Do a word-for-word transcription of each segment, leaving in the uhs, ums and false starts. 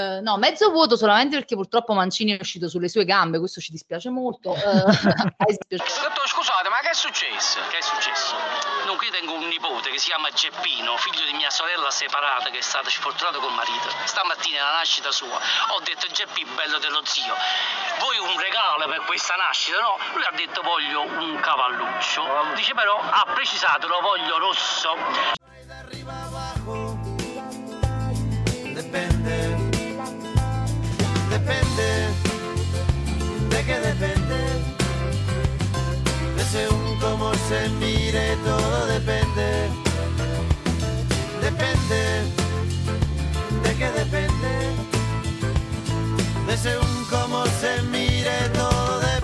Uh, no, mezzo vuoto solamente perché purtroppo Mancini è uscito sulle sue gambe, questo ci dispiace molto. Uh, Dottor, scusate, ma che è successo? Che è successo? Dunque io tengo un nipote che si chiama Geppino, figlio di mia sorella separata che è stata sfortunata col marito. Stamattina alla nascita sua ho detto: Geppi, bello dello zio, vuoi un regalo per questa nascita? No, lui ha detto voglio un cavalluccio. Dice però, ha precisato, lo voglio rosso. Depende, depende, de que depende, de según cómo se mire todo depende, depende, de que depende, de según cómo se mire todo depende.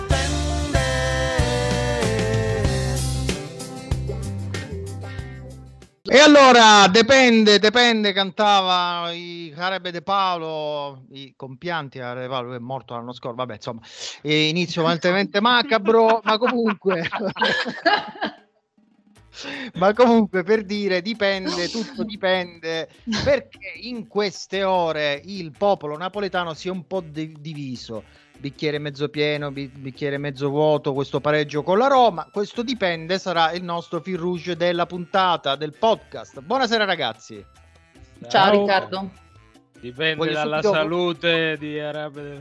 E allora, dipende, dipende, cantava i Carebe De Paolo, i compianti Carebe De Paolo, è morto l'anno scorso, vabbè, insomma, e inizio veramente macabro, ma comunque, ma comunque per dire, dipende, tutto dipende, perché in queste ore il popolo napoletano si è un po' di- diviso. Bicchiere mezzo pieno, bi- bicchiere mezzo vuoto, questo pareggio con la Roma, questo dipende, sarà il nostro fil rouge della puntata del podcast. Buonasera ragazzi. Ciao, Ciao. Riccardo. Dipende Voglio dalla subito- salute di Arabe.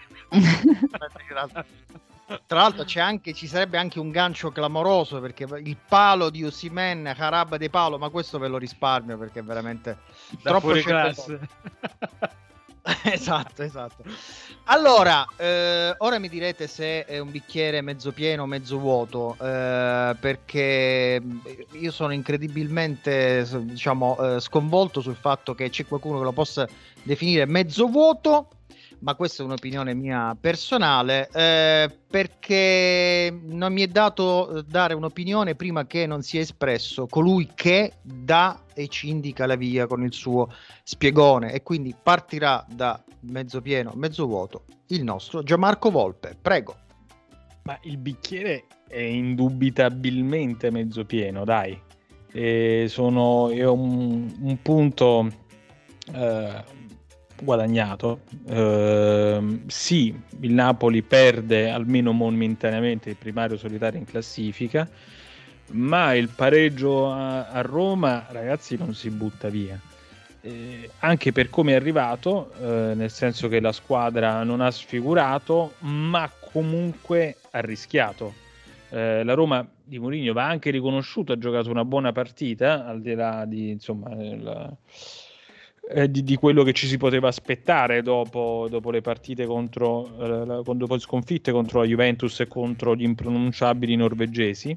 Tra l'altro c'è anche, ci sarebbe anche un gancio clamoroso, perché il palo di Osimhen, Carabba De Paolo, ma questo ve lo risparmio perché è veramente Da troppo fuori cervelloso. classe. Esatto, esatto. Allora, eh, ora mi direte se è un bicchiere mezzo pieno o mezzo vuoto, eh, perché io sono incredibilmente, diciamo, eh, sconvolto sul fatto che c'è qualcuno che lo possa definire mezzo vuoto, ma questa è un'opinione mia personale, eh, perché non mi è dato eh, dare un'opinione prima che non sia espresso colui che dà e ci indica la via con il suo spiegone, e quindi partirà da mezzo pieno, mezzo vuoto, il nostro Gianmarco Volpe, prego. Ma il bicchiere è indubitabilmente mezzo pieno, dai. E sono è un, un punto eh, guadagnato. Eh, sì, il Napoli perde almeno momentaneamente il primario solitario in classifica, ma il pareggio a, a Roma, ragazzi, non si butta via. Eh, anche per come è arrivato, eh, nel senso che la squadra non ha sfigurato, ma comunque ha rischiato. Eh, la Roma di Mourinho va anche riconosciuto, ha giocato una buona partita, al di là di, insomma, il, eh, di, di quello che ci si poteva aspettare dopo, dopo le partite contro, eh, la, dopo le sconfitte contro la Juventus e contro gli impronunciabili norvegesi.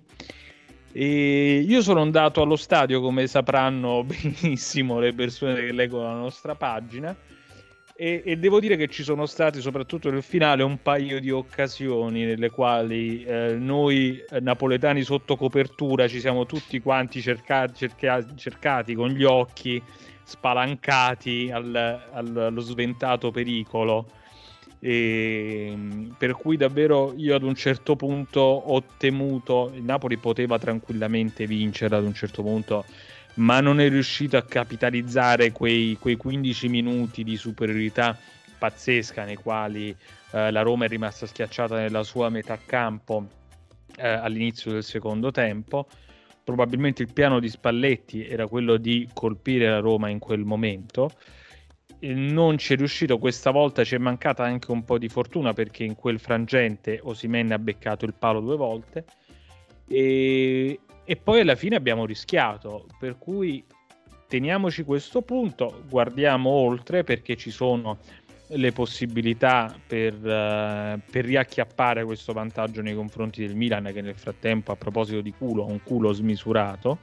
E io sono andato allo stadio, come sapranno benissimo le persone che leggono la nostra pagina, e, e devo dire che ci sono stati, soprattutto nel finale, un paio di occasioni nelle quali eh, noi eh, napoletani sotto copertura ci siamo tutti quanti cercati, cerca, cercati con gli occhi spalancati al, al, allo sventato pericolo. E per cui davvero io ad un certo punto ho temuto, il Napoli poteva tranquillamente vincere ad un certo punto, ma non è riuscito a capitalizzare quei, quei quindici minuti di superiorità pazzesca nei quali eh, la Roma è rimasta schiacciata nella sua metà campo eh, all'inizio del secondo tempo. Probabilmente il piano di Spalletti era quello di colpire la Roma in quel momento. Non ci è riuscito, questa volta ci è mancata anche un po' di fortuna, perché in quel frangente Osimhen ha beccato il palo due volte e, e poi alla fine abbiamo rischiato, per cui teniamoci questo punto, guardiamo oltre, perché ci sono le possibilità per, uh, per riacchiappare questo vantaggio nei confronti del Milan, che nel frattempo, a proposito di culo, ha un culo smisurato.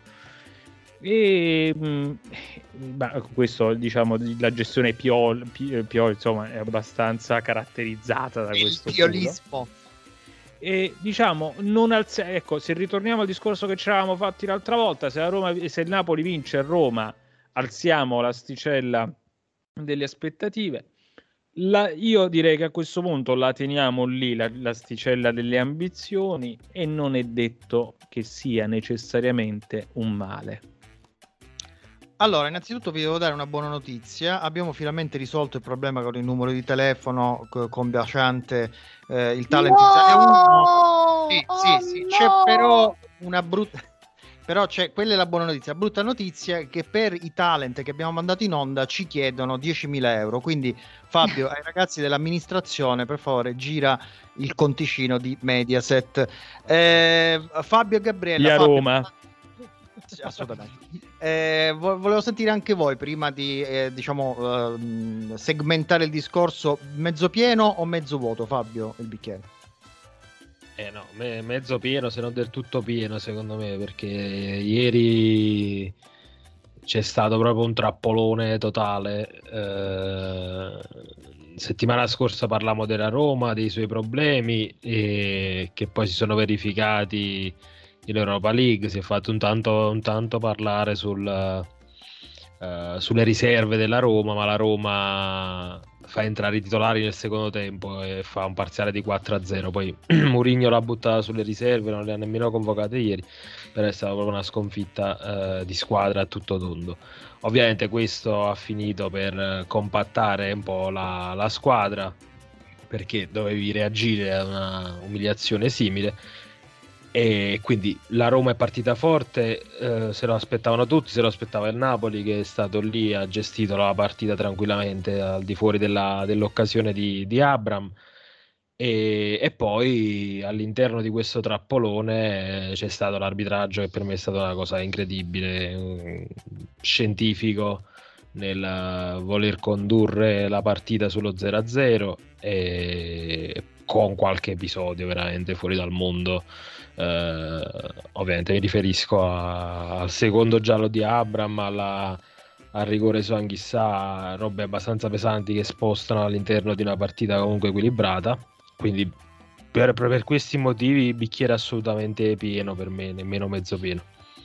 E mh, bah, questo, diciamo, la gestione Piol, Piol insomma, è abbastanza caratterizzata da questo il piolismo. E diciamo, non alza, ecco, se ritorniamo al discorso che ci eravamo fatti l'altra volta, se la Roma, se il Napoli vince a Roma, alziamo l'asticella delle aspettative. La, io direi che a questo punto la teniamo lì, la, l'asticella delle ambizioni, e non è detto che sia necessariamente un male. Allora, innanzitutto vi devo dare una buona notizia. Abbiamo finalmente risolto il problema con il numero di telefono co- combaciante, eh, il talent Italia uno. Sì, Oh, sì, sì, c'è no! però una brutta... Però c'è, quella è la buona notizia. La brutta notizia è che per i talent che abbiamo mandato in onda ci chiedono diecimila euro. Quindi Fabio, ai ragazzi dell'amministrazione, per favore, gira il conticino di Mediaset. Eh, Fabio e Gabriella. Via Fabio, Roma. Sì, assolutamente. Eh, vo- volevo sentire anche voi prima di eh, diciamo ehm, segmentare il discorso, mezzo pieno o mezzo vuoto, Fabio, il bicchiere? Eh no, me- mezzo pieno, se non del tutto pieno, secondo me, perché ieri c'è stato proprio un trappolone totale. Eh, settimana scorsa parlavamo della Roma, dei suoi problemi, e che poi si sono verificati in Europa League. Si è fatto un tanto, un tanto parlare sul, eh, sulle riserve della Roma, ma la Roma fa entrare i titolari nel secondo tempo e fa un parziale di quattro a zero. Poi Mourinho l'ha buttata sulle riserve, non le ha nemmeno convocate ieri, però è stata proprio una sconfitta eh, di squadra a tutto tondo. Ovviamente questo ha finito per compattare un po' la, la squadra, perché dovevi reagire a una umiliazione simile, e quindi la Roma è partita forte, eh, se lo aspettavano tutti, se lo aspettava il Napoli, che è stato lì, ha gestito la partita tranquillamente al di fuori della, dell'occasione di, di Abraham, e, e poi all'interno di questo trappolone eh, c'è stato l'arbitraggio, che per me è stata una cosa incredibile, un scientifico nel voler condurre la partita sullo zero a zero, e con qualche episodio veramente fuori dal mondo. Eh, ovviamente mi riferisco a, al secondo giallo di Abraham, alla, al rigore su Anghissà, robe abbastanza pesanti che spostano all'interno di una partita comunque equilibrata. Quindi per, per questi motivi bicchiere assolutamente pieno per me, nemmeno mezzo pieno.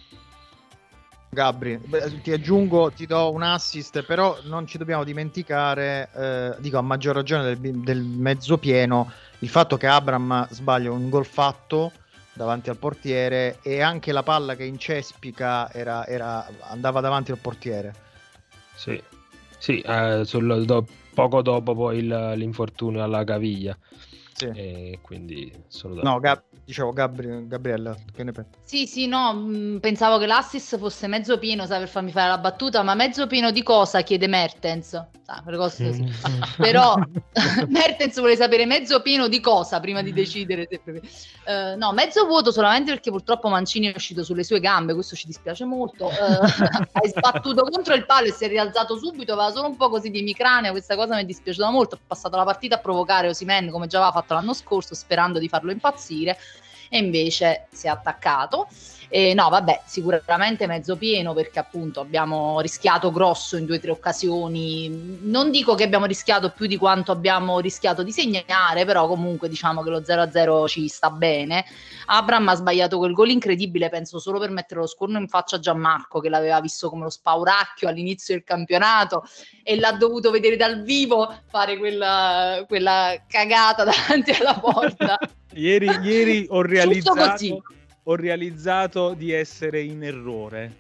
Gabri, beh, ti aggiungo, ti do un assist, però non ci dobbiamo dimenticare, eh, dico a maggior ragione del, del mezzo pieno, il fatto che Abraham sbaglia un gol fatto davanti al portiere, e anche la palla che incespica era, era, andava davanti al portiere. Sì, sì, eh, sul, do, poco dopo poi il, l'infortunio alla caviglia. Sì. E quindi no, Gab- dicevo Gabri- Gabriella, che ne pensi? Sì, sì, no, mh, pensavo che l'assist fosse mezzo pieno, sa, per farmi fare la battuta, ma mezzo pieno di cosa? Chiede Mertens. Ah, quelle cose così. Però Mertens vuole sapere mezzo pieno di cosa prima di decidere. Se uh, no, mezzo vuoto solamente perché purtroppo Mancini è uscito sulle sue gambe, questo ci dispiace molto. Uh, hai sbattuto contro il palo e si è rialzato subito, aveva solo un po' così di emicrania, questa cosa mi è dispiaciuta molto. È passato la partita a provocare Osimhen come già aveva fatto l'anno scorso, sperando di farlo impazzire, e invece si è attaccato. E no, vabbè, sicuramente mezzo pieno, perché appunto abbiamo rischiato grosso in due o tre occasioni. Non dico che abbiamo rischiato più di quanto abbiamo rischiato di segnare, però comunque diciamo che lo zero a zero ci sta bene. Abraham ha sbagliato quel gol incredibile, penso solo per mettere lo scorno in faccia a Gianmarco, che l'aveva visto come lo spauracchio all'inizio del campionato e l'ha dovuto vedere dal vivo fare quella, quella cagata davanti alla porta. Ieri, ieri ho realizzato, ho realizzato di essere in errore.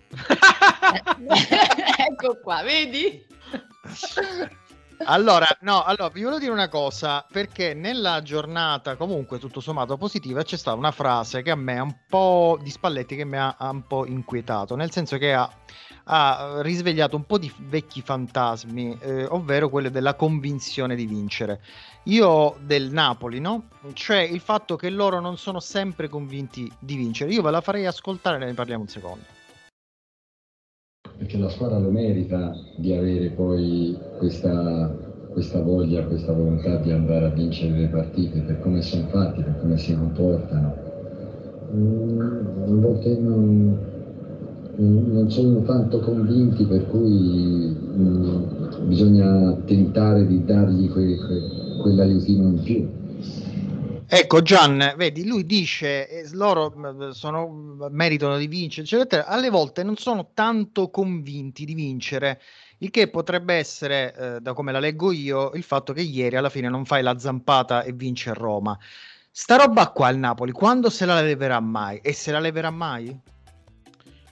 Ecco qua, vedi? Allora, no, allora vi volevo dire una cosa, perché nella giornata comunque tutto sommato positiva c'è stata una frase che a me è un po' di Spalletti, che mi ha, ha un po' inquietato, nel senso che ha, ha risvegliato un po' di vecchi fantasmi, eh, ovvero quello della convinzione di vincere. Io del Napoli, no? Cioè il fatto che loro non sono sempre convinti di vincere. Io ve la farei ascoltare e ne parliamo un secondo. Perché la squadra lo merita di avere poi questa, questa voglia, questa volontà di andare a vincere le partite, per come sono fatti, per come si comportano. Mm, a volte non, non sono tanto convinti, per cui mm, bisogna tentare di dargli que, que, quell'aiutino in più. Ecco Gian, vedi, lui dice eh, loro sono, meritano di vincere, eccetera. Alle volte non sono tanto convinti di vincere, il che potrebbe essere, eh, da come la leggo io, il fatto che ieri alla fine non fai la zampata e vince Roma. Sta roba qua il Napoli, quando se la leverà mai? E se la leverà mai?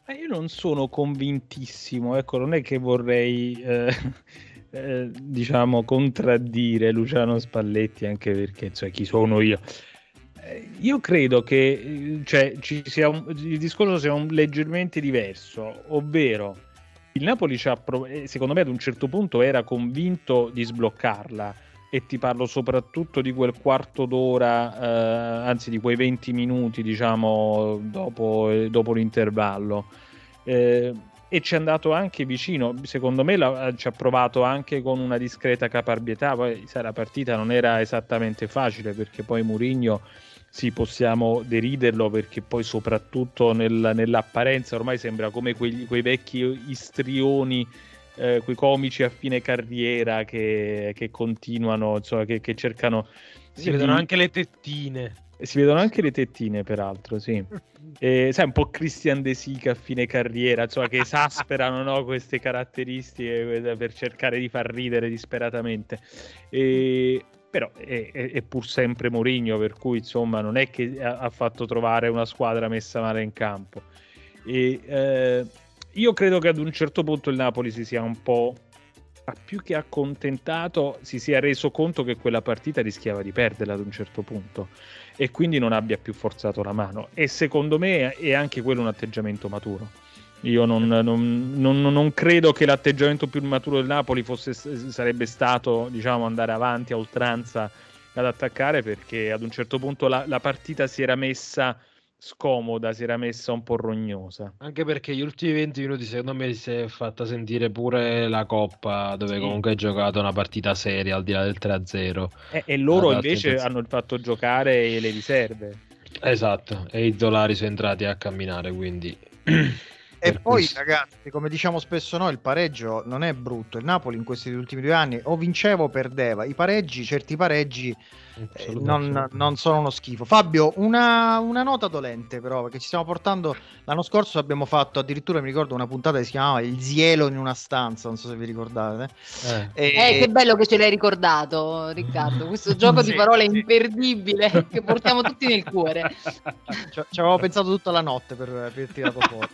Eh, io non sono convintissimo, ecco, non è che vorrei eh, eh, diciamo contraddire Luciano Spalletti, anche perché cioè, chi sono io? Eh, io credo che cioè, ci sia un, il discorso sia un, leggermente diverso, ovvero il Napoli ci ha prov- secondo me ad un certo punto era convinto di sbloccarla, e ti parlo soprattutto di quel quarto d'ora, eh, anzi di quei venti minuti, diciamo, dopo, dopo l'intervallo. Eh, e ci è andato anche vicino, secondo me la, ci ha provato anche con una discreta caparbietà. Poi sai, la partita non era esattamente facile, perché poi Mourinho, sì, possiamo deriderlo, perché poi soprattutto nel, nell'apparenza ormai sembra come quegli, quei vecchi istrioni, Eh, quei comici a fine carriera che, che continuano, insomma, che, che cercano. Si di... vedono anche le tettine. Si vedono anche le tettine, peraltro, sì. E, sai, un po' Christian De Sica a fine carriera, insomma, che esasperano, no, queste caratteristiche per cercare di far ridere disperatamente. E... però è, è, è pur sempre Mourinho, per cui insomma non è che ha, ha fatto trovare una squadra messa male in campo. E eh, io credo che ad un certo punto il Napoli si sia un po', più che accontentato, si sia reso conto che quella partita rischiava di perderla ad un certo punto, e quindi non abbia più forzato la mano. E secondo me è anche quello un atteggiamento maturo. Io non, non, non, non credo che l'atteggiamento più maturo del Napoli fosse, sarebbe stato, diciamo, andare avanti a oltranza ad attaccare, perché ad un certo punto la, la partita si era messa scomoda, si era messa un po' rognosa. Anche perché gli ultimi venti minuti secondo me si è fatta sentire pure la Coppa, dove sì, comunque hai giocato una partita seria al di là del tre a zero. E, e loro invece hanno fatto giocare le riserve. Esatto, e i titolari sono entrati a camminare, quindi... E poi questo, ragazzi, come diciamo spesso noi, il pareggio non è brutto. Il Napoli in questi ultimi due anni o vinceva o perdeva. I pareggi, certi pareggi eh, non, non sono uno schifo. Fabio, una, una nota dolente però, perché ci stiamo portando, l'anno scorso abbiamo fatto addirittura, mi ricordo, una puntata che si chiamava Il Zielo in una stanza, non so se vi ricordate. Eh, e, eh che bello che ce l'hai ricordato, Riccardo, questo gioco sì, di parole sì, imperdibile che portiamo tutti nel cuore. Ci, ci avevo pensato tutta la notte per, per tirato fuori.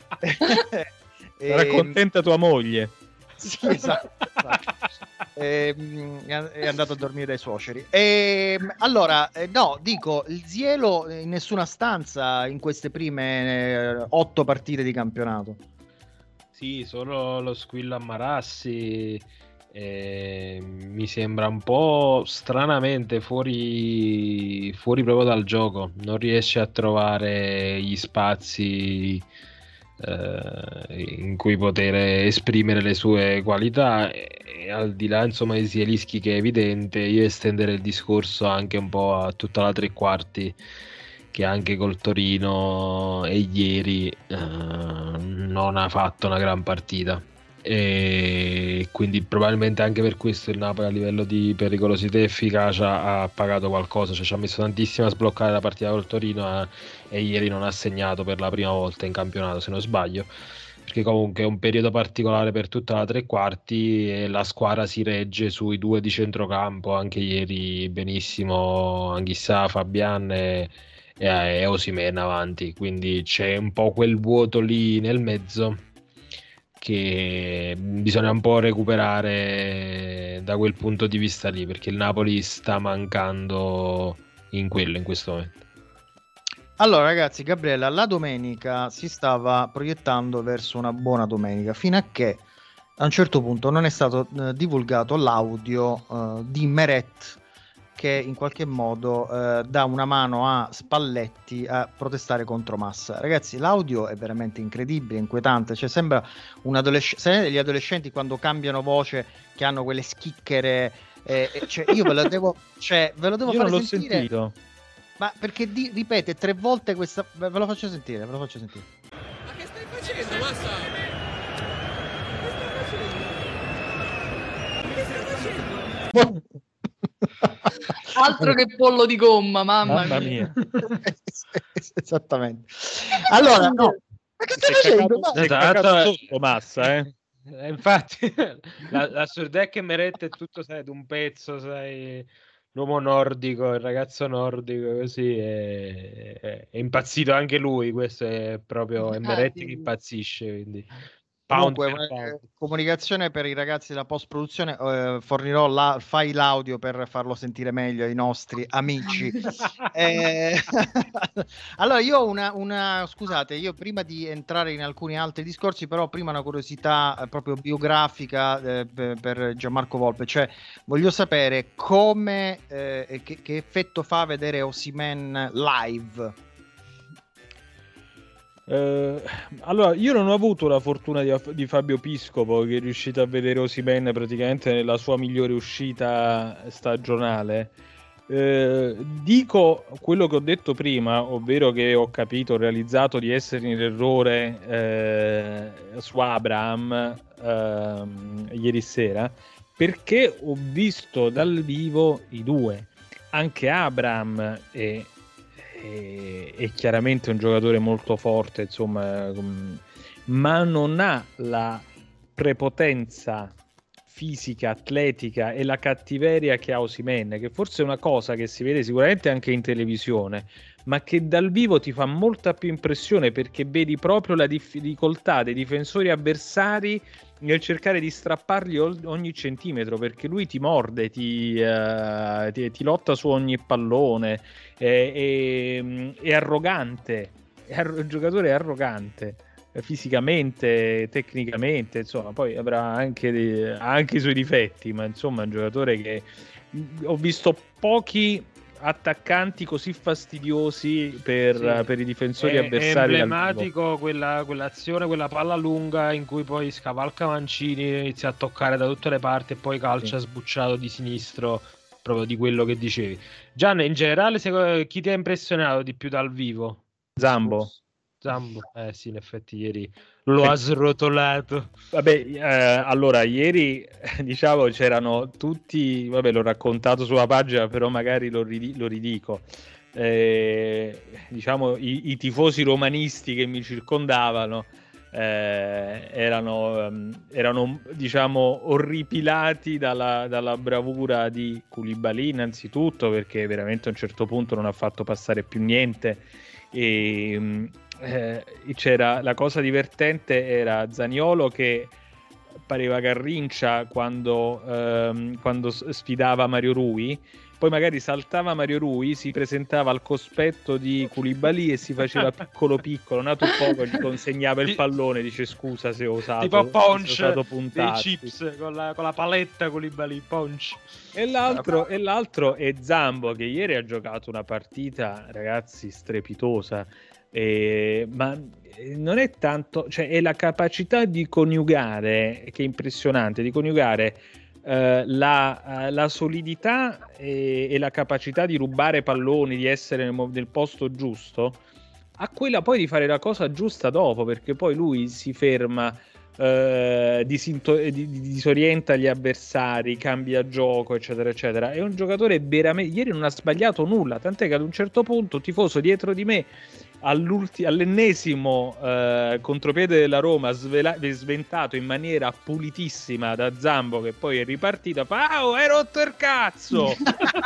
Era contenta tua moglie. Sì, esatto, esatto. E, è andato a dormire dai suoceri. E, allora, eh, no, dico, il Zielo in nessuna stanza in queste prime eh, otto partite di campionato. Sì, solo lo Squillo a Marassi. Eh, mi sembra un po' stranamente fuori, fuori proprio dal gioco. Non riesce a trovare gli spazi in cui poter esprimere le sue qualità, e, e al di là insomma di Zielinski, che è evidente, io estenderei il discorso anche un po' a tutta la tre quarti, che anche col Torino e ieri eh, non ha fatto una gran partita, e quindi probabilmente anche per questo il Napoli a livello di pericolosità e efficacia ha pagato qualcosa, cioè ci ha messo tantissimo a sbloccare la partita col Torino, eh, e ieri non ha segnato per la prima volta in campionato, se non sbaglio, perché comunque è un periodo particolare per tutta la tre quarti e la squadra si regge sui due di centrocampo, anche ieri benissimo Anghissà, Fabian e, e, e Osimhen avanti, quindi c'è un po' quel vuoto lì nel mezzo che bisogna un po' recuperare da quel punto di vista lì, perché il Napoli sta mancando in quello in questo momento. Allora ragazzi, Gabriella, la domenica si stava proiettando verso una buona domenica, fino a che a un certo punto non è stato eh, divulgato l'audio eh, di Meret, che in qualche modo eh, dà una mano a Spalletti a protestare contro Massa. Ragazzi, l'audio è veramente incredibile, inquietante, cioè sembra un adolescente, gli adolescenti quando cambiano voce, che hanno quelle schicchere, eh, cioè io ve lo devo, cioè, ve lo devo io fare non l'ho sentire. Sentito. Ma perché di, ripete tre volte questa, ve lo faccio sentire, ve lo faccio sentire. Ma che stai facendo, Massa? Che stai facendo? Che stai facendo? Altro che pollo di gomma, mamma, mamma mia. mia. Esattamente. Allora, no. Ma che stai facendo? Esatto, sotto Massa, eh. Eh, infatti, la, l'assurdità è che Meret è tutto, sai, d'un pezzo, sai, l'uomo nordico, il ragazzo nordico, così è, è, è impazzito anche lui. Questo è proprio è Meretti Ah, che sì. impazzisce, quindi pound Comunque, per eh, pound. comunicazione per i ragazzi della post-produzione, eh, fornirò la file audio per farlo sentire meglio ai nostri amici. Eh, allora, io ho una, una, scusate, io prima di entrare in alcuni altri discorsi, però prima una curiosità eh, proprio biografica eh, per, per Gianmarco Volpe, cioè voglio sapere come, eh, che, che effetto fa vedere Osimhen live. Eh, allora, io non ho avuto la fortuna di, di Fabio Piscopo, che è riuscito a vedere Osimhen praticamente nella sua migliore uscita stagionale. Eh, dico quello che ho detto prima, ovvero che ho capito, ho realizzato di essere in errore eh, su Abraham eh, ieri sera, perché ho visto dal vivo i due. Anche Abraham è, è, è chiaramente un giocatore molto forte, insomma, ma non ha la prepotenza fisica, atletica e la cattiveria che ha Osimhen, che forse è una cosa che si vede sicuramente anche in televisione, ma che dal vivo ti fa molta più impressione, perché vedi proprio la difficoltà dei difensori avversari nel cercare di strappargli ogni centimetro, perché lui ti morde, ti, uh, ti, ti lotta su ogni pallone, è, è, è arrogante, è arro- il giocatore è arrogante fisicamente, tecnicamente, insomma, poi avrà anche, dei, anche i suoi difetti, ma insomma è un giocatore che ho visto pochi attaccanti così fastidiosi per, Sì. per i difensori è, avversari. È emblematico quella, quell'azione, quella palla lunga in cui poi scavalca Mancini, inizia a toccare da tutte le parti e poi calcia sì. sbucciato di sinistro, proprio di quello che dicevi. Gian, in generale, se, chi ti ha impressionato di più dal vivo? Zambo. Zambo, eh sì, in effetti ieri lo ha srotolato. Vabbè, eh, allora ieri diciamo c'erano tutti, vabbè l'ho raccontato sulla pagina, però magari lo, rid- lo ridico. Eh, diciamo i-, i tifosi romanisti che mi circondavano eh, erano, um, erano diciamo orripilati dalla, dalla bravura di Koulibaly innanzitutto, perché veramente a un certo punto non ha fatto passare più niente. E um, Eh, c'era la cosa divertente, era Zaniolo che pareva Garrincia quando, ehm, quando sfidava Mario Rui, poi magari saltava Mario Rui, si presentava al cospetto di Koulibaly e si faceva piccolo piccolo, nato poco, gli consegnava il pallone, dice scusa se ho usato, tipo Ponch ho usato dei chips con la, con la paletta Koulibaly, Ponch. E l'altro, e l'altro è Zambo, che ieri ha giocato una partita, ragazzi, strepitosa. Eh, ma non è tanto, cioè è la capacità di coniugare, che è impressionante, di coniugare eh, la, la solidità e, e la capacità di rubare palloni, di essere nel, nel posto giusto, a quella poi di fare la cosa giusta dopo, perché poi lui si ferma, eh, disinto- di, di, disorienta gli avversari, cambia gioco, eccetera eccetera. È un giocatore veramente, ieri non ha sbagliato nulla, tant'è che ad un certo punto un tifoso dietro di me all'ennesimo eh, contropiede della Roma svela- sventato in maniera pulitissima da Zambo, che poi è ripartita, fa oh, hai rotto il cazzo.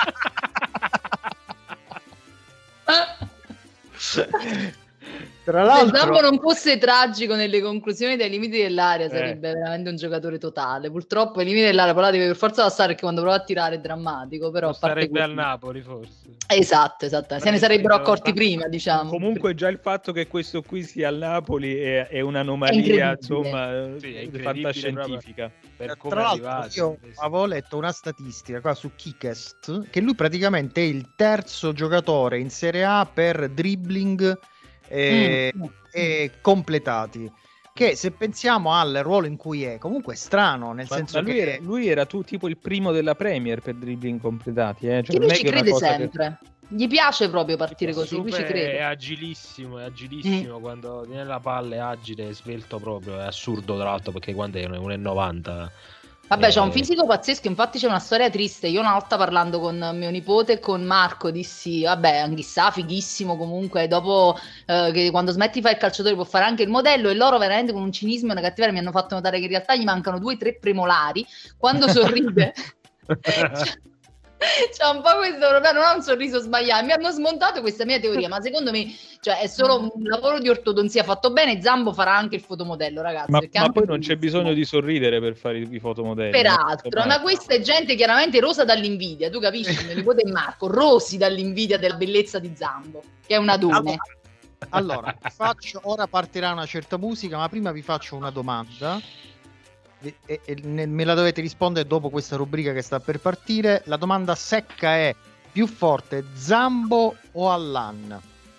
Tra l'altro, se Zambo non fosse tragico nelle conclusioni dai limiti dell'area eh. sarebbe veramente un giocatore totale. Purtroppo i limiti dell'area poi la deve per forza passare, perché quando prova a tirare è drammatico, però a parte sarebbe questo... al Napoli forse. Esatto, esatto. Se ne sarebbero accorti prima, diciamo. Comunque già il fatto che questo qui sia al Napoli è, è un'anomalia, insomma, sì, è fantascientifica. Per come tra l'altro arrivati, io avevo letto una statistica qua su Kikest, che lui praticamente è il terzo giocatore in Serie A per dribbling e, mm. e completati, che se pensiamo al ruolo in cui è, comunque è strano, nel ma, senso ma lui che era, lui era tu tipo il primo della Premier per dribbling completati, eh? Cioè, che non lui è ci che crede una cosa sempre che... gli piace proprio partire così, lui ci crede. È agilissimo, è agilissimo, mm. quando tiene la palla è agile, è svelto proprio, è assurdo tra l'altro, perché quando è uno e novanta. Vabbè, eh... c'è un fisico pazzesco, infatti c'è una storia triste. Io una volta parlando con mio nipote e con Marco dissi, vabbè, Anghissà, fighissimo comunque, dopo eh, che quando smetti di fare il calciatore può fare anche il modello, e loro veramente con un cinismo e una cattiveria mi hanno fatto notare che in realtà gli mancano due o tre premolari, quando sorride... C'è un po' questo problema, non ha un sorriso sbagliato. Mi hanno smontato questa mia teoria, ma secondo me, cioè, è solo un lavoro di ortodonzia fatto bene. Zambo farà anche il fotomodello, ragazzi. Ma, perché ma anche poi non c'è bisogno di sorridere per fare i, i fotomodelli. peraltro, ma questa è gente chiaramente rosa dall'invidia, tu capisci? Mio nipote Marco, rosi dall'invidia della bellezza di Zambo, che è un adone. Allora, allora faccio, ora partirà una certa musica, ma prima vi faccio una domanda. E, e, e me la dovete rispondere dopo questa rubrica che sta per partire. La domanda secca è: più forte Zambo o Allan?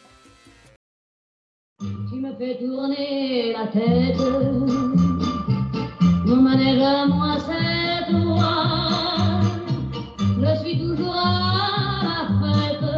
Tu me fais tourner la tête, mon manège à moi c'est toi, je suis toujours à la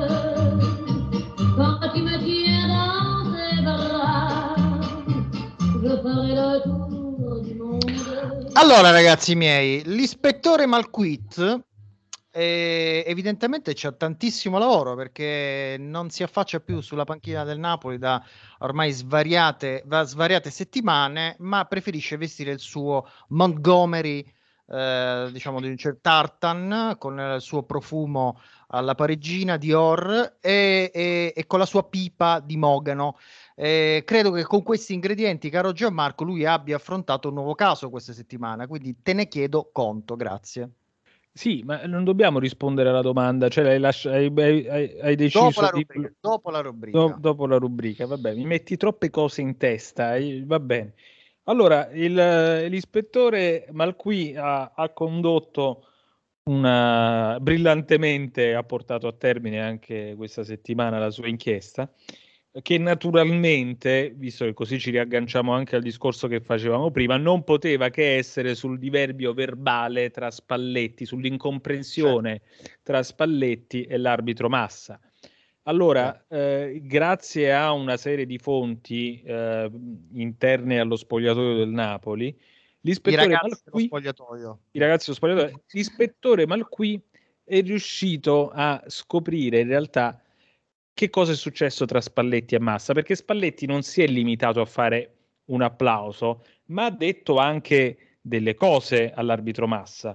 fête, quand tu me tiens dans tes bras, je ferai le tour du monde. Allora ragazzi miei, l'ispettore Malquit eh, evidentemente c'ha tantissimo lavoro, perché non si affaccia più sulla panchina del Napoli da ormai svariate, da svariate settimane, ma preferisce vestire il suo Montgomery, eh, diciamo di un certo tartan, con il suo profumo alla parigina Dior e, e, e con la sua pipa di Mogano. Eh, credo che con questi ingredienti, caro Gianmarco, lui abbia affrontato un nuovo caso questa settimana, quindi te ne chiedo conto, grazie. Sì, ma non dobbiamo rispondere alla domanda, cioè l'hai lasci- hai, hai, hai deciso Dopo la di- rubrica, dopo la rubrica. do- dopo la rubrica, vabbè, mi metti troppe cose in testa, eh, va bene. Allora, il, l'ispettore Malqui ha, ha condotto una, brillantemente, ha portato a termine anche questa settimana la sua inchiesta, che naturalmente, visto che così ci riagganciamo anche al discorso che facevamo prima, non poteva che essere sul diverbio verbale tra Spalletti, sull'incomprensione tra Spalletti e l'arbitro Massa. Allora, eh, grazie a una serie di fonti eh, interne allo spogliatoio del Napoli, I l'ispettore ragazzi dello Malqui, spogliatoio. i ragazzi dello spogliatoio, l'ispettore Malqui è riuscito a scoprire in realtà che cosa è successo tra Spalletti e Massa, perché Spalletti non si è limitato a fare un applauso, ma ha detto anche delle cose all'arbitro Massa.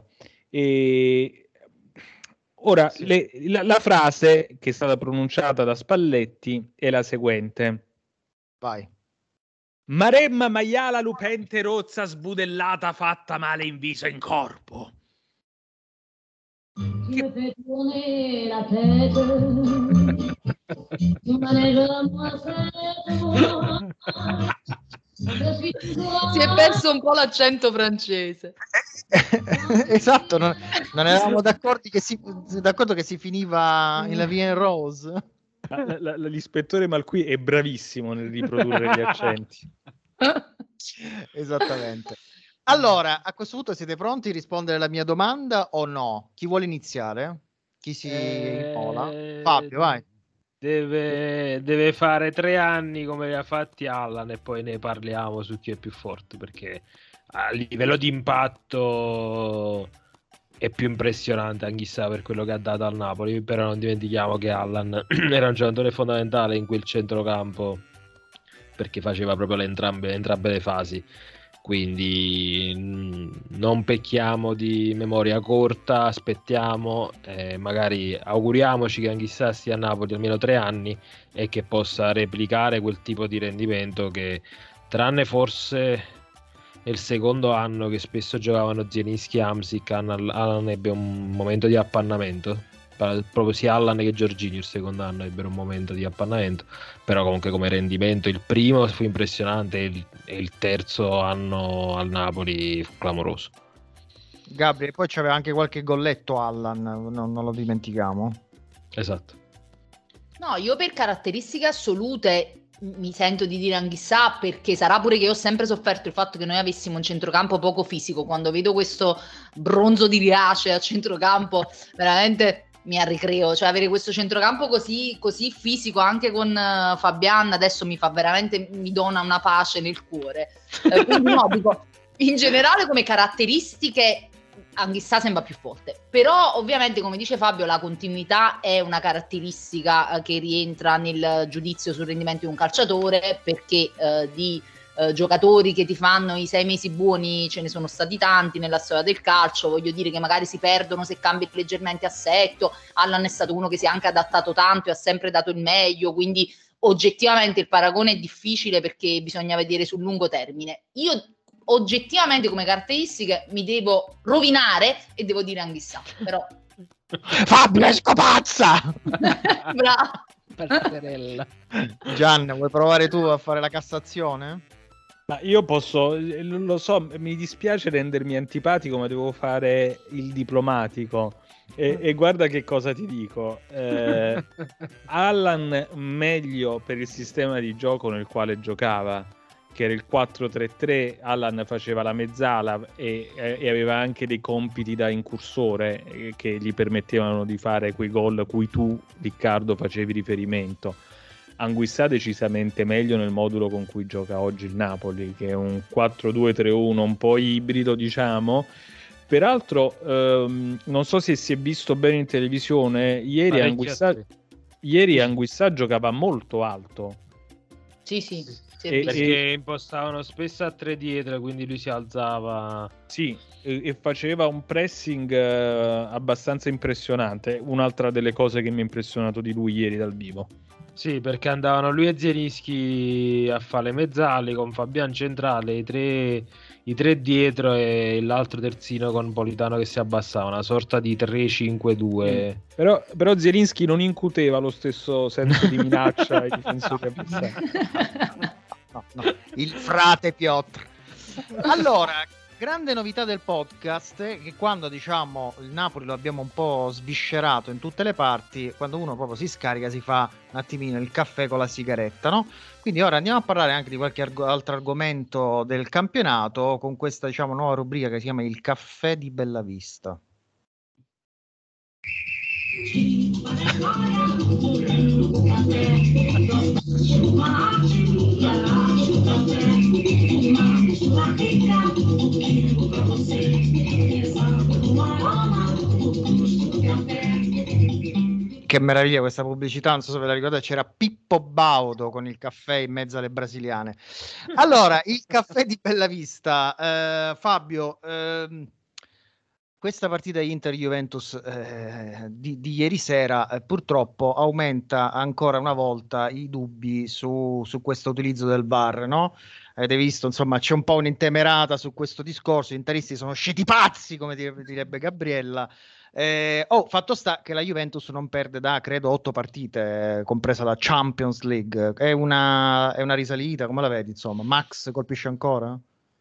E ora, Sì. le, la, la frase che è stata pronunciata da Spalletti è la seguente: Vai. Maremma maiala lupente rozza sbudellata fatta male in viso e in corpo. Tu me fais tourner la tête, mon manège à moi c'est toi, je suis toujours Si è perso un po' l'accento francese. Esatto, non, non eravamo d'accordo che, si, d'accordo che si finiva in La Vie en Rose. La- la- la- l'ispettore Malqui è bravissimo nel riprodurre gli accenti. Esattamente. Allora, a questo punto siete pronti a rispondere alla mia domanda o no? Chi vuole iniziare? Chi si immola? Eh, Fabio, vai. Deve, deve fare tre anni come li ha fatti Allan e poi ne parliamo su chi è più forte, perché a livello di impatto è più impressionante Anghissà per quello che ha dato al Napoli, però non dimentichiamo che Allan era un giocatore fondamentale in quel centrocampo, perché faceva proprio le entrambe, entrambe le fasi. Quindi mh, non pecchiamo di memoria corta, aspettiamo, eh, magari auguriamoci che Anghissà stia a Napoli almeno tre anni e che possa replicare quel tipo di rendimento che, tranne forse il secondo anno che spesso giocavano Zielinski e Hamsik, Allan, Allan ebbe un momento di appannamento. Proprio sia Allan che Jorginho il secondo anno ebbero un momento di appannamento, però comunque come rendimento il primo fu impressionante e il, e il terzo anno al Napoli fu clamoroso. Gabriele, poi c'aveva anche qualche golletto Allan, non, non lo dimentichiamo. Esatto. No, io per caratteristiche assolute mi sento di dire Anghissà, perché sarà pure che io ho sempre sofferto il fatto che noi avessimo un centrocampo poco fisico. Quando vedo questo bronzo di Riace a centrocampo veramente mi arricreo, cioè avere questo centrocampo così, così fisico anche con uh, Fabian adesso mi fa veramente, mi dona una pace nel cuore. Eh, quindi no, dico, in generale come caratteristiche Anghissà sembra più forte, però ovviamente come dice Fabio la continuità è una caratteristica eh, che rientra nel giudizio sul rendimento di un calciatore, perché eh, di eh, giocatori che ti fanno i sei mesi buoni, ce ne sono stati tanti nella storia del calcio, voglio dire che magari si perdono se cambi leggermente assetto. Allan è stato uno che si è anche adattato tanto e ha sempre dato il meglio, quindi oggettivamente il paragone è difficile perché bisogna vedere sul lungo termine. Io oggettivamente come caratteristiche mi devo rovinare e devo dire Anghissà, però Fabio è scopazza. Bravo. Gian, vuoi provare tu a fare la Cassazione? Ma io posso, lo so, mi dispiace rendermi antipatico, ma devo fare il diplomatico. E, e guarda che cosa ti dico. Eh, Allan meglio per il sistema di gioco nel quale giocava, che era il quattro tre tre. Allan faceva la mezzala e, e aveva anche dei compiti da incursore eh, che gli permettevano di fare quei gol a cui tu, Riccardo, facevi riferimento. Anguissà decisamente meglio nel modulo con cui gioca oggi il Napoli, che è un quattro due tre uno un po' ibrido, diciamo. Peraltro ehm, non so se si è visto bene in televisione, ieri Anguissà, ieri Anguissà giocava molto alto. Sì, sì, sì e, perché e, impostavano spesso a tre dietro, quindi lui si alzava. Sì, e, e faceva un pressing eh, abbastanza impressionante. Un'altra delle cose che mi ha impressionato di lui ieri dal vivo. Sì, perché andavano lui e Zielinski a fare le mezzali con Fabian centrale, i tre, i tre dietro e l'altro terzino con Politano che si abbassava, una sorta di tre cinque due. Mm. Però, però Zielinski non incuteva lo stesso senso di minaccia ai difensori avversari. No, no, il frate Piotr. Allora, grande novità del podcast è che quando diciamo il Napoli lo abbiamo un po' sviscerato in tutte le parti, quando uno proprio si scarica si fa un attimino il caffè con la sigaretta, no? Quindi ora andiamo a parlare anche di qualche arg- altro argomento del campionato con questa diciamo nuova rubrica che si chiama il caffè di Bellavista. Che meraviglia questa pubblicità, non so se ve la ricordate, c'era Pippo Baudo con il caffè in mezzo alle brasiliane. Allora, il caffè di Bellavista, eh, Fabio, ehm, questa partita Inter-Juventus eh, di, di ieri sera eh, purtroppo aumenta ancora una volta i dubbi su, su questo utilizzo del V A R, no? Avete visto, insomma, c'è un po' un'intemerata su questo discorso, gli interisti sono sceti pazzi, come dire, direbbe Gabriella. Eh, oh, fatto sta che la Juventus non perde da, credo, otto partite, eh, compresa la Champions League. È una, è una risalita, come la vedi, insomma? Max colpisce ancora?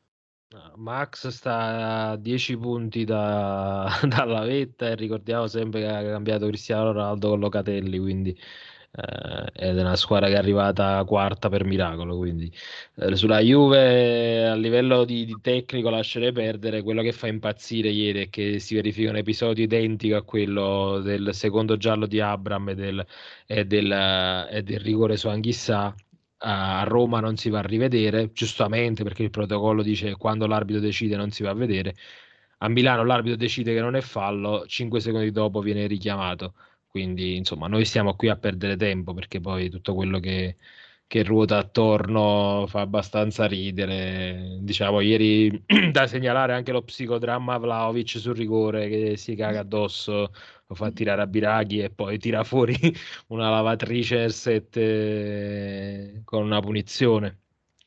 Max sta a dieci punti da, dalla vetta e ricordiamo sempre che ha cambiato Cristiano Ronaldo con Locatelli, quindi eh, ed è una squadra che è arrivata quarta per miracolo, quindi eh, sulla Juve a livello di, di tecnico lascerei perdere. Quello che fa impazzire ieri è che si verifica un episodio identico a quello del secondo giallo di Abraham e del, e del, e del rigore su Anghissà. A Roma non si va a rivedere, giustamente, perché il protocollo dice che quando l'arbitro decide non si va a vedere. A Milano l'arbitro decide che non è fallo, cinque secondi dopo viene richiamato. Quindi insomma noi stiamo qui a perdere tempo, perché poi tutto quello che, che ruota attorno fa abbastanza ridere. Diciamo ieri da segnalare anche lo psicodramma Vlahovic sul rigore che si caga addosso, lo fa tirare a Biraghi e poi tira fuori una lavatrice nel set eh, con una punizione.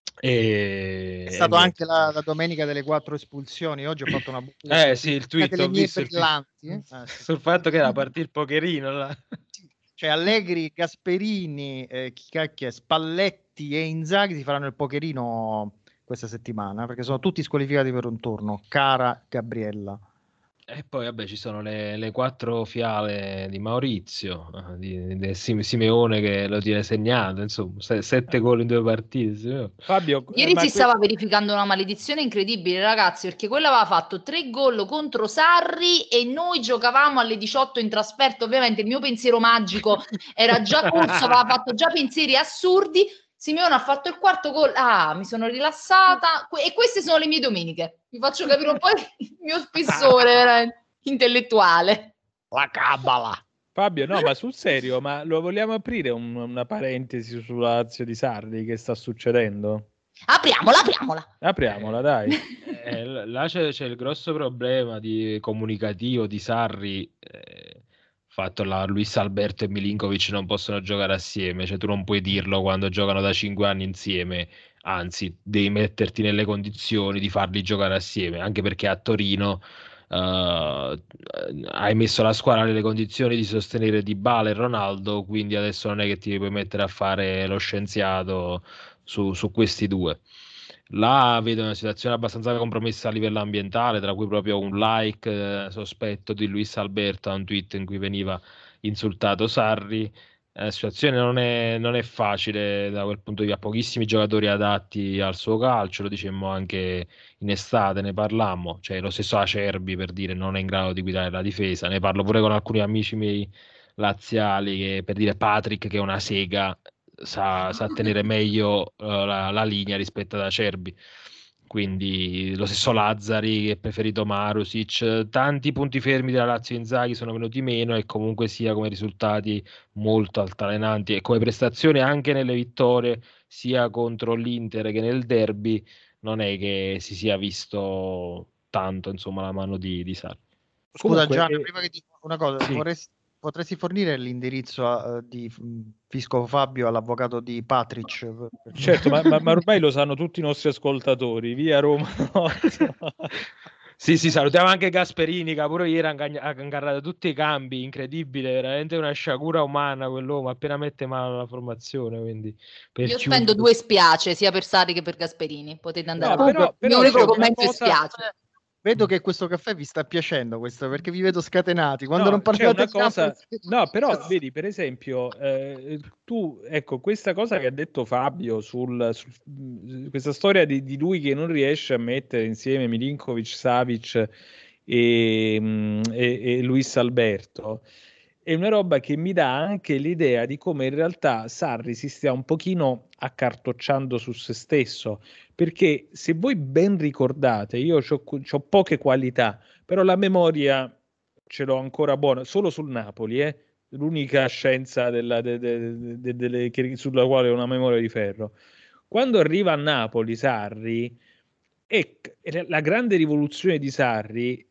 E, è stato e anche la, la domenica delle quattro espulsioni. Oggi ho fatto una eh sì, il tweet delle ho mie visto il brillanti tweet. eh? Eh, sì. Sul fatto che era partito il pokerino là. Cioè Allegri, Gasperini, eh, chi cacchio è, Spalletti e Inzaghi si faranno il pokerino questa settimana perché sono tutti squalificati per un turno, cara Gabriella. E poi vabbè ci sono le, le quattro fiale di Maurizio, di, di Sim- Simeone che lo tiene segnato, insomma, se, sette gol in due partite. Simeone. Fabio, ieri ma si que- stava verificando una maledizione incredibile, ragazzi, perché quello aveva fatto tre gol contro Sarri e noi giocavamo alle diciotto in trasferta. Ovviamente il mio pensiero magico era già corso, aveva fatto già pensieri assurdi. Simeone ha fatto il quarto gol, ah, mi sono rilassata que- e queste sono le mie domeniche. Vi faccio capire un po' il mio spessore veramente intellettuale. La cabala. Fabio, no, ma sul serio, ma lo vogliamo aprire un- una parentesi sulla Lazio di Sarri che sta succedendo? Apriamola, apriamola. Apriamola, dai. Eh, l- là c'è, c'è il grosso problema di comunicativo di Sarri, eh, fatto là, Luis Alberto e Milinkovic non possono giocare assieme, cioè tu non puoi dirlo quando giocano da cinque anni insieme, anzi devi metterti nelle condizioni di farli giocare assieme, anche perché a Torino eh, hai messo la squadra nelle condizioni di sostenere Dybala e Ronaldo, quindi adesso non è che ti puoi mettere a fare lo scienziato su, su questi due. Là vedo una situazione abbastanza compromessa a livello ambientale, tra cui proprio un like eh, sospetto di Luis Alberto a un tweet in cui veniva insultato Sarri. Eh, La situazione non è, non è facile da quel punto di vista, pochissimi giocatori adatti al suo calcio, lo dicemmo anche in estate, ne parlammo, cioè lo stesso Acerbi per dire non è in grado di guidare la difesa, ne parlo pure con alcuni amici miei laziali, che, per dire Patrick che è una sega, sa, sa tenere meglio uh, la, la linea rispetto ad Acerbi. Quindi lo stesso Lazzari che è preferito Marusic, tanti punti fermi della Lazio Inzaghi sono venuti meno e comunque sia come risultati molto altalenanti e come prestazioni anche nelle vittorie sia contro l'Inter che nel derby non è che si sia visto tanto insomma la mano di, di Sarri. Scusa Comunque, Gianni, eh, prima che ti dico una cosa, sì. vorresti- potresti fornire l'indirizzo eh, di mm, Fisco Fabio all'avvocato di Patrick? Certo, ma, ma- ma ormai lo sanno tutti i nostri ascoltatori, via Roma. Sì, sì, salutiamo anche Gasperini che pure ieri ha ingagna- ha ingarrato tutti i cambi, incredibile, veramente una sciagura umana quell'uomo, appena mette mano alla formazione, quindi per Io chiudere- spendo due spiace, sia per Sarri che per Gasperini. Potete andare No, avanti. però- però Il mio unico c'è una commento è cosa- spiace. Vedo che questo caffè vi sta piacendo, questo, perché vi vedo scatenati. Quando No, non c'è parlate una di cosa, Napoli- no, però vedi, per esempio, eh, tu, ecco, questa cosa che ha detto Fabio sul, sul- mh, questa storia di, di lui che non riesce a mettere insieme Milinkovic, Savic e, mh, e, e Luis Alberto, è una roba che mi dà anche l'idea di come in realtà Sarri si stia un pochino accartocciando su se stesso, perché se voi ben ricordate, io ho poche qualità, però la memoria ce l'ho ancora buona, solo sul Napoli, eh? L'unica scienza della, de, de, de, de, che, sulla quale ho una memoria di ferro. Quando arriva a Napoli Sarri, e la grande rivoluzione di Sarri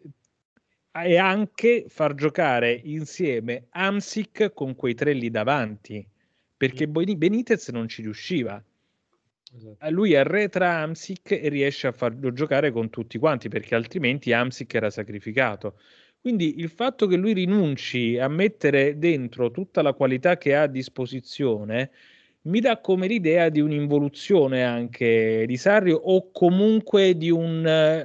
è anche far giocare insieme Hamsik con quei tre lì davanti, perché Benitez non ci riusciva. Esatto. Lui arretra Hamsik e riesce a farlo giocare con tutti quanti, perché altrimenti Hamsik era sacrificato. Quindi il fatto che lui rinunci a mettere dentro tutta la qualità che ha a disposizione mi dà come l'idea di un'involuzione anche di Sarri, o comunque di un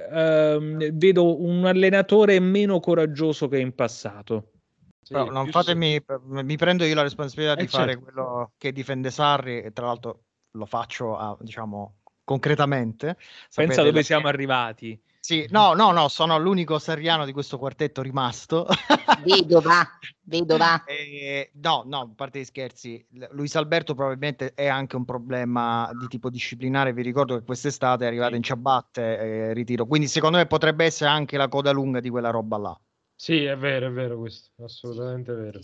uh, vedo un allenatore meno coraggioso che in passato. Sì, però non fatemi, mi prendo io la responsabilità eh di fare certo. quello che difende Sarri, e tra l'altro lo faccio a, diciamo concretamente. Pensa Sapete, dove la... siamo arrivati. Sì, no, no, no, sono l'unico sarriano di questo quartetto rimasto. Vedova, vedova. E, no, no, a parte gli scherzi, Luis Alberto probabilmente è anche un problema di tipo disciplinare. Vi ricordo che quest'estate è arrivato sì. in ciabatte e ritiro, quindi secondo me potrebbe essere anche la coda lunga di quella roba là. Sì, è vero, è vero questo, assolutamente vero.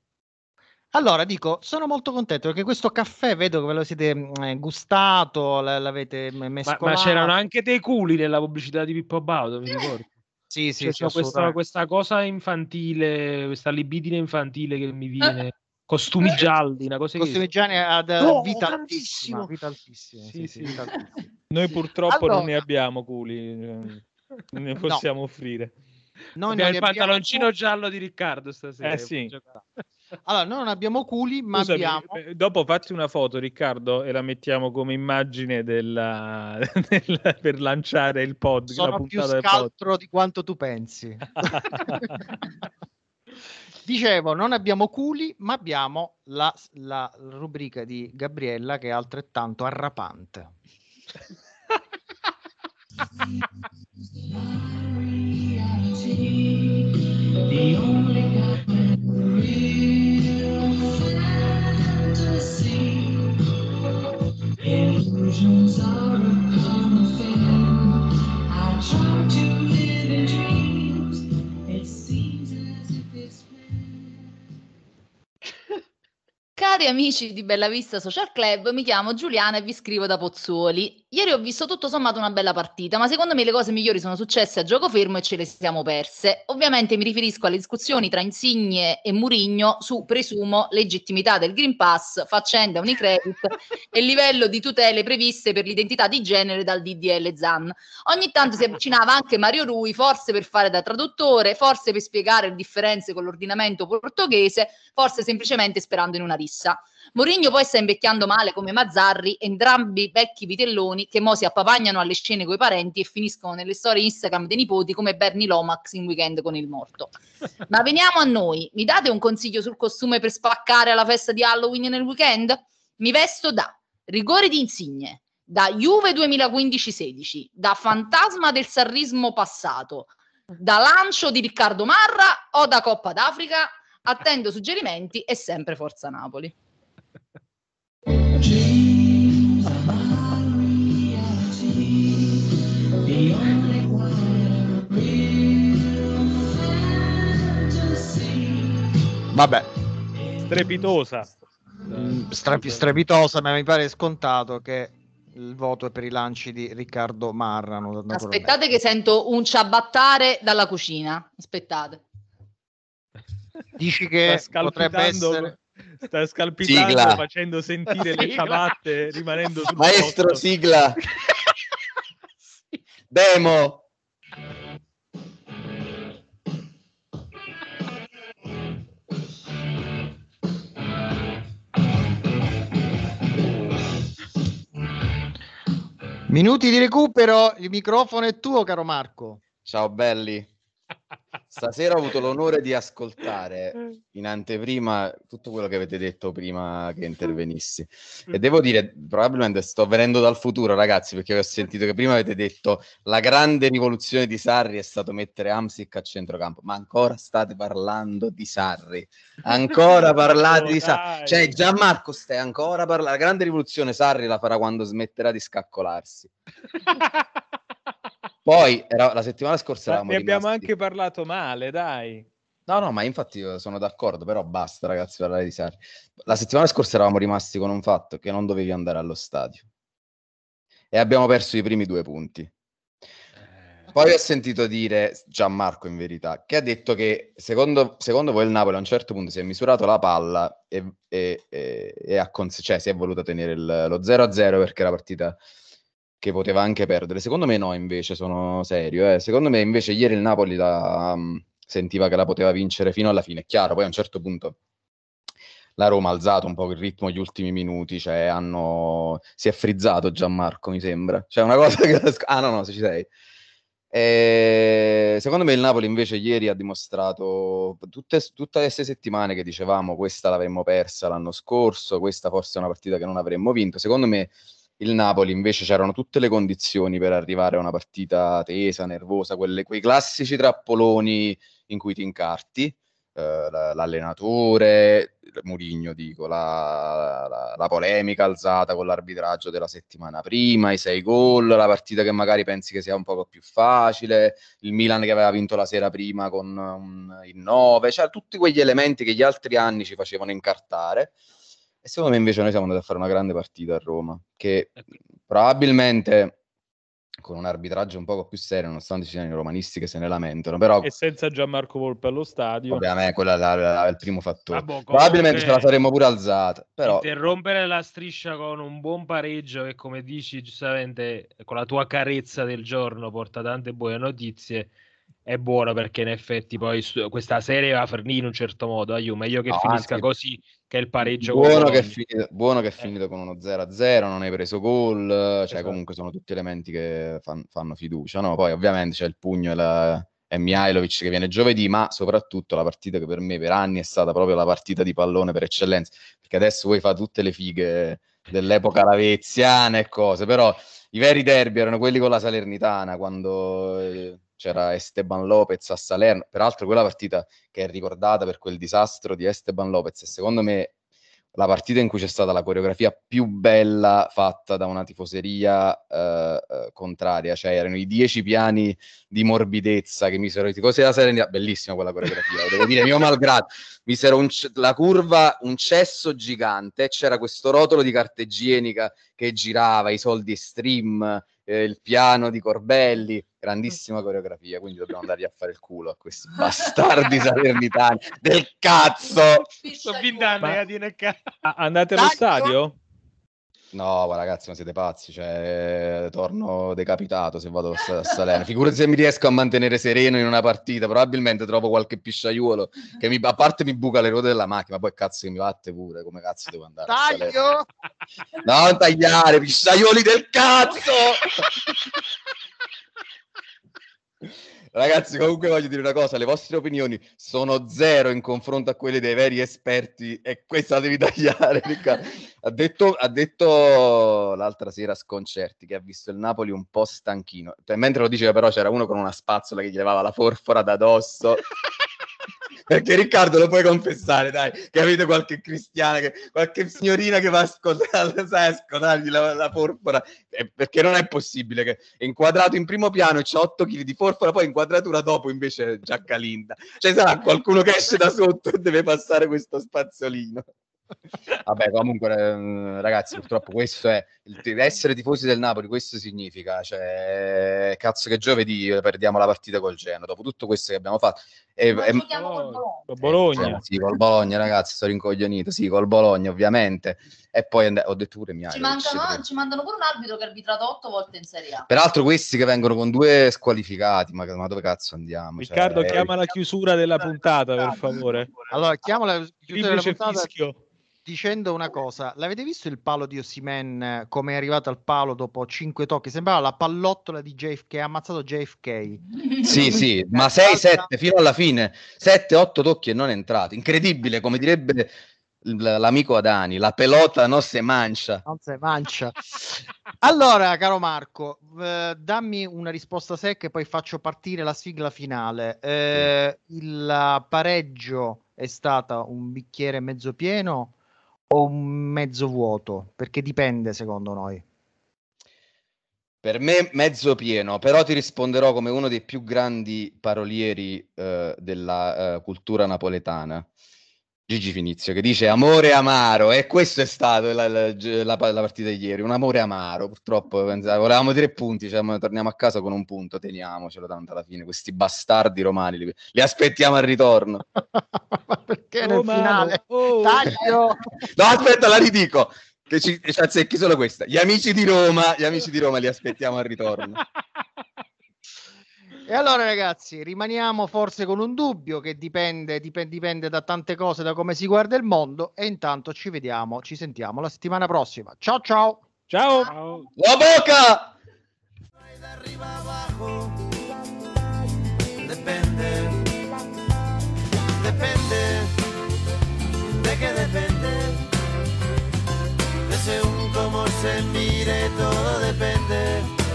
Allora, dico, sono molto contento perché questo caffè vedo che ve lo siete eh, gustato, l- l'avete mescolato. Ma, ma c'erano anche dei culi nella pubblicità di Pippo Baudo, mi ricordo. Sì, sì, cioè, sì, questa, questa cosa infantile, questa libidine infantile che mi viene... Costumi gialli, una cosa Costumi che... gialli ad oh, vita altissima, vita altissima. Sì, sì. Vita altissima. Noi purtroppo allora... non ne abbiamo culi, ne possiamo no. offrire. Noi abbiamo il pantaloncino abbiamo... giallo di Riccardo stasera. Eh sì. Allora, noi non abbiamo culi, ma Scusami, abbiamo... dopo fatti una foto, Riccardo, e la mettiamo come immagine della... della... per lanciare il pod. Sono più scaltro di quanto tu pensi. Dicevo, non abbiamo culi, ma abbiamo la, la rubrica di Gabriella che è altrettanto arrapante. The only illusions are a common thing. I try to live in dreams. It seems as if it's Cari amici di Bella Vista Social Club, mi chiamo Giuliana e vi scrivo da Pozzuoli. ieri ho visto tutto sommato una bella partita, ma secondo me le cose migliori sono successe a gioco fermo e ce le siamo perse. Ovviamente mi riferisco alle discussioni tra Insigne e Mourinho su, presumo, legittimità del Green Pass, faccenda Unicredit e livello di tutele previste per l'identità di genere dal D D L Zan. Ogni tanto si avvicinava anche Mario Rui, forse per fare da traduttore, forse per spiegare le differenze con l'ordinamento portoghese, forse semplicemente sperando in una rissa. Mourinho poi sta invecchiando male come Mazzarri, entrambi vecchi vitelloni che mo si appapagnano alle scene coi parenti e finiscono nelle storie Instagram dei nipoti come Bernie Lomax in Weekend con il morto. Ma veniamo a noi, mi date un consiglio sul costume per spaccare alla festa di Halloween nel weekend? Mi vesto da rigore di Insigne, da Juve duemilaquindici sedici, da fantasma del sarrismo passato, da lancio di Riccardo Marra o da Coppa d'Africa. Attendo suggerimenti e sempre Forza Napoli. Vabbè, strepitosa. Mm, strepi- strepitosa, ma mi pare scontato che il voto è per i lanci di Riccardo Marra. Aspettate che sento un ciabattare dalla cucina. Aspettate. Dici che potrebbe essere... Sta scalpitando, sigla. facendo sentire le ciabatte, rimanendo sul maestro posto. Sigla. Demo. Minuti di recupero, il microfono è tuo, caro Marco. Ciao belli. Stasera ho avuto l'onore di ascoltare in anteprima tutto quello che avete detto prima che intervenissi e devo dire, probabilmente sto venendo dal futuro, ragazzi, perché ho sentito che prima avete detto la grande rivoluzione di Sarri è stato mettere Hamsik a centrocampo, ma ancora state parlando di Sarri, ancora parlate di Sarri, cioè Gianmarco stai ancora parlando, la grande rivoluzione Sarri la farà quando smetterà di scaccolarsi. Poi era, la settimana scorsa eravamo ne abbiamo rimasti... anche parlato male, dai. No, no, ma infatti io sono d'accordo, però basta, ragazzi, parlare di Sarri. La settimana scorsa eravamo rimasti con un fatto, che non dovevi andare allo stadio. E abbiamo perso i primi due punti. Poi ho sentito dire Gianmarco, in verità, che ha detto che secondo, secondo voi il Napoli a un certo punto si è misurato la palla e, e, e, e ha cons- cioè, si è voluto tenere il, lo zero a zero perché era partita che poteva anche perdere. Secondo me no, invece, sono serio. Eh. Secondo me invece ieri il Napoli la, um, sentiva che la poteva vincere fino alla fine. È chiaro, poi a un certo punto la Roma ha alzato un po' il ritmo gli ultimi minuti, cioè hanno... si è frizzato Gianmarco, mi sembra. Cioè una cosa che... Ah no, no, se ci sei. E... Secondo me il Napoli invece ieri ha dimostrato tutte, tutte queste settimane che dicevamo questa l'avremmo persa l'anno scorso, questa forse è una partita che non avremmo vinto. Secondo me il Napoli invece c'erano tutte le condizioni per arrivare a una partita tesa, nervosa, quelle, quei classici trappoloni in cui ti incarti, eh, l'allenatore, Mourinho dico, la, la, la polemica alzata con l'arbitraggio della settimana prima, i sei gol, la partita che magari pensi che sia un poco più facile, il Milan che aveva vinto la sera prima con um, il nove, cioè tutti quegli elementi che gli altri anni ci facevano incartare. E secondo me invece noi siamo andati a fare una grande partita a Roma, che probabilmente con un arbitraggio un poco più serio, nonostante ci siano i romanisti che se ne lamentano, però... E senza Gianmarco Volpe allo stadio. Ovviamente, quello è, la, la, è il primo fattore. Vabbè, probabilmente ce la saremmo pure alzata, però... Interrompere la striscia con un buon pareggio che, come dici giustamente, con la tua carezza del giorno porta tante buone notizie, è buono, perché in effetti poi questa serie va a finire in un certo modo, eh, meglio che no, finisca anzi, così che il pareggio buono con che, è finito, buono che è eh. finito con uno zero a zero, non hai preso gol, cioè esatto. Comunque sono tutti elementi che fan, fanno fiducia, no? Poi ovviamente c'è il pugno e, la, e Mihajlovic che viene giovedì, ma soprattutto la partita che per me per anni è stata proprio la partita di pallone per eccellenza, perché adesso voi fate tutte le fighe dell'epoca laveziana e cose, però i veri derby erano quelli con la Salernitana, quando... Eh, c'era Esteban Lopez a Salerno, peraltro quella partita che è ricordata per quel disastro di Esteban Lopez, e secondo me la partita in cui c'è stata la coreografia più bella fatta da una tifoseria eh, eh, contraria, cioè erano i dieci piani di morbidezza che misero i tifosi della Salernitana, bellissima quella coreografia, devo dire, mio malgrado, misero un c- la curva, un cesso gigante, c'era questo rotolo di carta igienica che girava, i soldi Stream, eh, il piano di Corbelli, grandissima coreografia, quindi dobbiamo andargli a fare il culo a questi bastardi salernitani del cazzo. Sto vindando a dire ca- andate allo stadio? No, ma ragazzi, ma siete pazzi, cioè torno decapitato se vado a Salerno. Figurati se mi riesco a mantenere sereno in una partita, probabilmente trovo qualche pisciaiuolo che mi, a parte mi buca le ruote della macchina, ma poi cazzo che mi batte pure, come cazzo devo andare a Salerno? No, non tagliare, pisciaioli del cazzo! Ragazzi, comunque voglio dire una cosa, le vostre opinioni sono zero in confronto a quelle dei veri esperti e questa devi tagliare, Riccardo. Ha detto, ha detto l'altra sera a Sconcerti che ha visto il Napoli un po' stanchino, cioè, mentre lo diceva però c'era uno con una spazzola che gli levava la forfora da dosso. Perché Riccardo lo puoi confessare, dai, che avete qualche cristiana, che, qualche signorina che va a scotare, sai, a scotargli la, la porpora, eh, perché non è possibile che è inquadrato in primo piano e c'ha otto chili di porpora, poi inquadratura dopo invece è Giacca Linda. Cioè sarà qualcuno che esce da sotto e deve passare questo spazzolino. Vabbè, comunque eh, ragazzi, purtroppo questo è il, essere tifosi del Napoli, questo significa, cioè cazzo che giovedì perdiamo la partita col Genoa dopo tutto questo che abbiamo fatto. E, Ma e, giochiamo col Bologna. Col Bologna. Cioè, sì, col Bologna, ragazzi, sto rincoglionito, sì, col Bologna ovviamente. E poi and- ho detto pure mia. Ci, mancano, ci mandano pure un arbitro che ha arbitrato otto volte in Serie A. Peraltro questi che vengono con due squalificati, ma, ma dove cazzo andiamo? Riccardo, cioè, chiama la chiusura della puntata, per favore. Allora, chiamo la chiusura della puntata fischio. dicendo una cosa. L'avete visto il palo di Osimhen come è arrivato al palo dopo cinque tocchi? Sembrava la pallottola di J F K, ha ammazzato J F K. Sì, sì, ma sei sette fino alla fine, sette otto tocchi e non è entrato. Incredibile, come direbbe l- l'amico Adani, la pelota non se mancia. Non se mancia. Allora, caro Marco, eh, dammi una risposta secca e poi faccio partire la sigla finale. Eh, il pareggio è stata un bicchiere mezzo pieno o un mezzo vuoto? Perché dipende secondo noi. Per me mezzo pieno, però ti risponderò come uno dei più grandi parolieri eh, della eh, cultura napoletana, Gigi Finizio, che dice amore amaro, e questo è stato la, la, la, la partita di ieri, un amore amaro. Purtroppo pensavo, volevamo tre punti, cioè, torniamo a casa con un punto, teniamocelo tanto alla fine, questi bastardi romani li, li aspettiamo al ritorno. Perché Oh, nel mano, finale oh. taglio. No, aspetta, la ridico, che ci, ci azzecchi solo questa. Gli amici di Roma, gli amici di Roma li aspettiamo al ritorno. E allora ragazzi, rimaniamo forse con un dubbio che dipende, dipende, dipende da tante cose, da come si guarda il mondo, e intanto ci vediamo, ci sentiamo la settimana prossima. Ciao ciao! Ciao! Ciao. La bocca! Arriba abajo, depende, depende, de qué depende, de según cómo se mire todo depende.